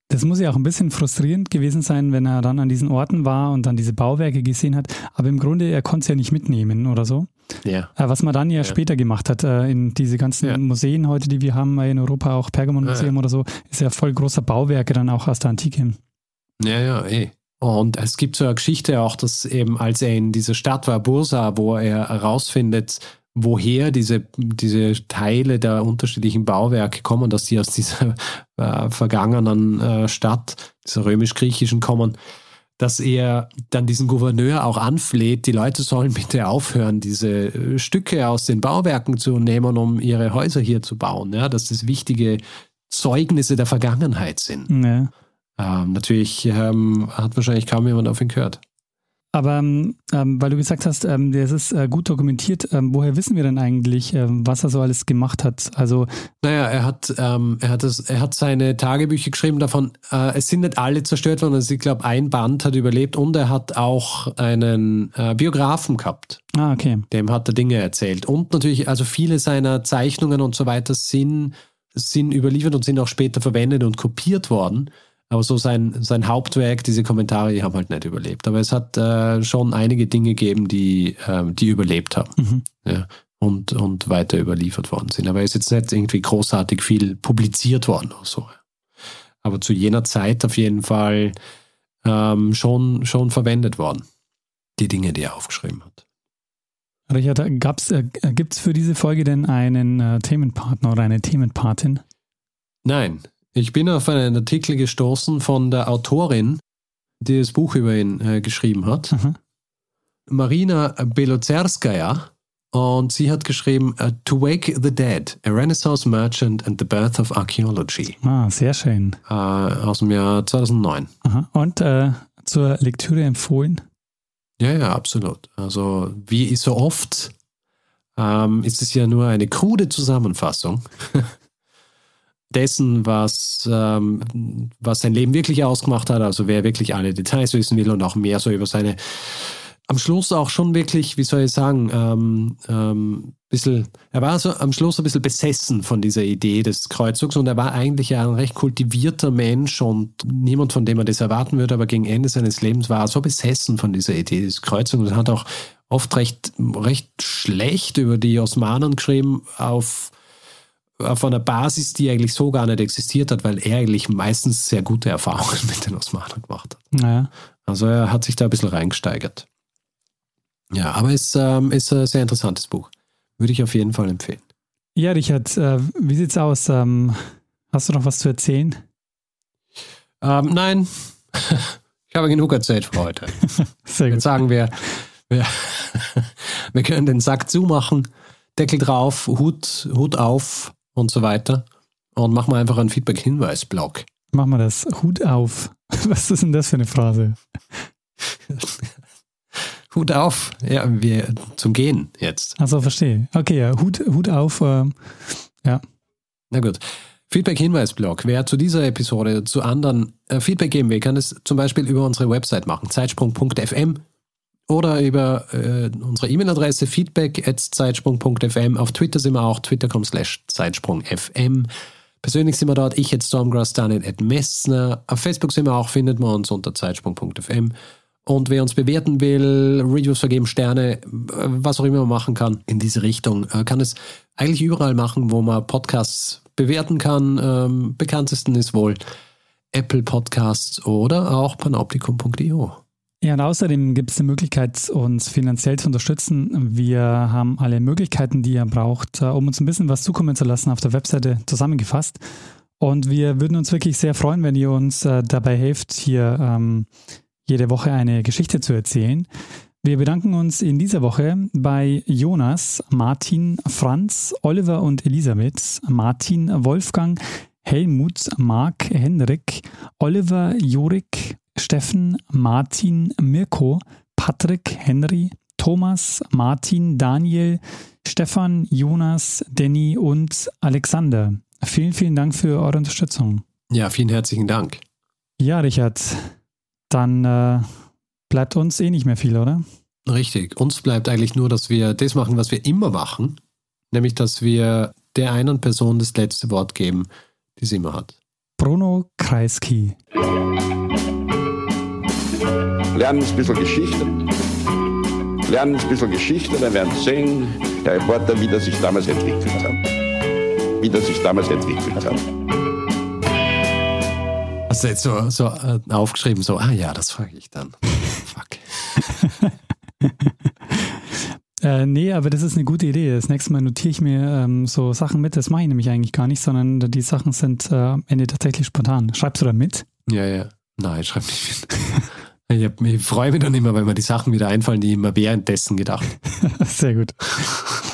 Das muss ja auch ein bisschen frustrierend gewesen sein, wenn er dann an diesen Orten war und dann diese Bauwerke gesehen hat. Aber im Grunde, er konnte es ja nicht mitnehmen oder so. Ja. Was man dann ja, ja. später gemacht hat, in diese ganzen ja. Museen heute, die wir haben in Europa, auch Pergamon-Museum ja. oder so, ist ja voll großer Bauwerke dann auch aus der Antike. Ja, ja, eh. Und es gibt so eine Geschichte auch, dass eben als er in dieser Stadt war, Bursa, wo er herausfindet, woher diese, diese Teile der unterschiedlichen Bauwerke kommen, dass die aus dieser äh, vergangenen äh, Stadt, dieser römisch-griechischen kommen, dass er dann diesen Gouverneur auch anfleht, die Leute sollen bitte aufhören, diese äh, Stücke aus den Bauwerken zu nehmen, um ihre Häuser hier zu bauen, ja, dass das wichtige Zeugnisse der Vergangenheit sind. Ja. Ähm, natürlich ähm, hat wahrscheinlich kaum jemand auf ihn gehört. Aber ähm, weil du gesagt hast, ähm, das ist äh, gut dokumentiert, ähm, woher wissen wir denn eigentlich, ähm, was er so alles gemacht hat? Also naja, er hat, ähm, er hat, das, er hat seine Tagebücher geschrieben davon, äh, es sind nicht alle zerstört worden, also ich glaube, ein Band hat überlebt und er hat auch einen äh, Biografen gehabt. Ah, okay. Dem hat er Dinge erzählt. Und natürlich, also viele seiner Zeichnungen und so weiter sind, sind überliefert und sind auch später verwendet und kopiert worden. Aber so sein, sein Hauptwerk, diese Kommentare, die haben halt nicht überlebt. Aber es hat äh, schon einige Dinge gegeben, die, äh, die überlebt haben mhm. ja, und, und weiter überliefert worden sind. Aber er ist jetzt nicht irgendwie großartig viel publiziert worden oder so. Aber zu jener Zeit auf jeden Fall ähm, schon, schon verwendet worden, die Dinge, die er aufgeschrieben hat. Richard, äh, gibt es für diese Folge denn einen äh, Themenpartner oder eine Themenpatin? Nein. Ich bin auf einen Artikel gestoßen von der Autorin, die das Buch über ihn äh, geschrieben hat, mhm. Marina Belozerskaya, und sie hat geschrieben To Wake the Dead, a Renaissance Merchant and the Birth of Archaeology. Ah, sehr schön. Äh, aus dem Jahr zweitausendneun. Aha. Und äh, zur Lektüre empfohlen? Ja, ja, absolut. Also wie so oft ähm, ist es ja nur eine krude Zusammenfassung dessen, was, ähm, was sein Leben wirklich ausgemacht hat, also wer wirklich alle Details wissen will und auch mehr so über seine, am Schluss auch schon wirklich, wie soll ich sagen, ähm, ähm, bisschen, er war so am Schluss ein bisschen besessen von dieser Idee des Kreuzzugs und er war eigentlich ein recht kultivierter Mensch und niemand, von dem man das erwarten würde, aber gegen Ende seines Lebens war er so besessen von dieser Idee des Kreuzzugs und hat auch oft recht, recht schlecht über die Osmanen geschrieben, auf auf einer Basis, die eigentlich so gar nicht existiert hat, weil er eigentlich meistens sehr gute Erfahrungen mit den Osmanen gemacht hat. Naja. Also er hat sich da ein bisschen reingesteigert. Ja, aber es ähm, ist ein sehr interessantes Buch. Würde ich auf jeden Fall empfehlen. Ja, Richard, äh, wie sieht's aus? Ähm, hast du noch was zu erzählen? Ähm, nein, ich habe genug erzählt für heute. Sehr gut. Jetzt sagen wir, wir, wir können den Sack zumachen, Deckel drauf, Hut, Hut auf und so weiter. Und machen wir einfach einen Feedback-Hinweis-Blog. Machen wir das. Hut auf. Was ist denn das für eine Phrase? Hut auf. Ja, wir zum Gehen jetzt. Achso, verstehe. Okay, ja, Hut, Hut auf. Ähm, ja. Na gut. Feedback-Hinweis-Blog. Wer zu dieser Episode, zu anderen äh, Feedback geben will, kann es zum Beispiel über unsere Website machen, zeitsprung punkt f m. Oder über äh, unsere E-Mail-Adresse feedback at zeitsprung punkt f m. Auf Twitter sind wir auch, twitter punkt com slash zeitsprung f m. Persönlich sind wir dort, ich at Stormgrass, Daniel at Messner. Auf Facebook sind wir auch, findet man uns unter zeitsprung punkt f m. Und wer uns bewerten will, Reviews vergeben, Sterne, was auch immer man machen kann in diese Richtung, kann es eigentlich überall machen, wo man Podcasts bewerten kann. Ähm, bekanntesten ist wohl Apple Podcasts oder auch panoptikum punkt i o. Ja, und außerdem gibt es die Möglichkeit, uns finanziell zu unterstützen. Wir haben alle Möglichkeiten, die ihr braucht, um uns ein bisschen was zukommen zu lassen, auf der Webseite zusammengefasst. Und wir würden uns wirklich sehr freuen, wenn ihr uns äh, dabei helft, hier ähm, jede Woche eine Geschichte zu erzählen. Wir bedanken uns in dieser Woche bei Jonas, Martin, Franz, Oliver und Elisabeth, Martin, Wolfgang, Helmut, Marc, Henrik, Oliver, Jorik, Steffen, Martin, Mirko, Patrick, Henry, Thomas, Martin, Daniel, Stefan, Jonas, Danny und Alexander. Vielen, vielen Dank für eure Unterstützung. Ja, vielen herzlichen Dank. Ja, Richard, dann äh, bleibt uns eh nicht mehr viel, oder? Richtig. Uns bleibt eigentlich nur, dass wir das machen, was wir immer machen, nämlich, dass wir der einen Person das letzte Wort geben, die sie immer hat. Bruno Kreisky. Lernen ein bisschen Geschichte. Lernen ein bisschen Geschichte, dann werden Sie sehen, der Reporter, wie das sich damals entwickelt hat. Wie das sich damals entwickelt hat. Hast du jetzt so, so äh, aufgeschrieben, so, ah ja, das frage ich dann. Fuck. Äh, nee, aber das ist eine gute Idee. Das nächste Mal notiere ich mir ähm, so Sachen mit. Das mache ich nämlich eigentlich gar nicht, sondern die Sachen sind äh, am Ende tatsächlich spontan. Schreibst du da mit? Ja, ja. Nein, schreib nicht mit. Ich, hab, ich freue mich dann immer, weil mir die Sachen wieder einfallen, die ich immer währenddessen gedacht. Sehr gut.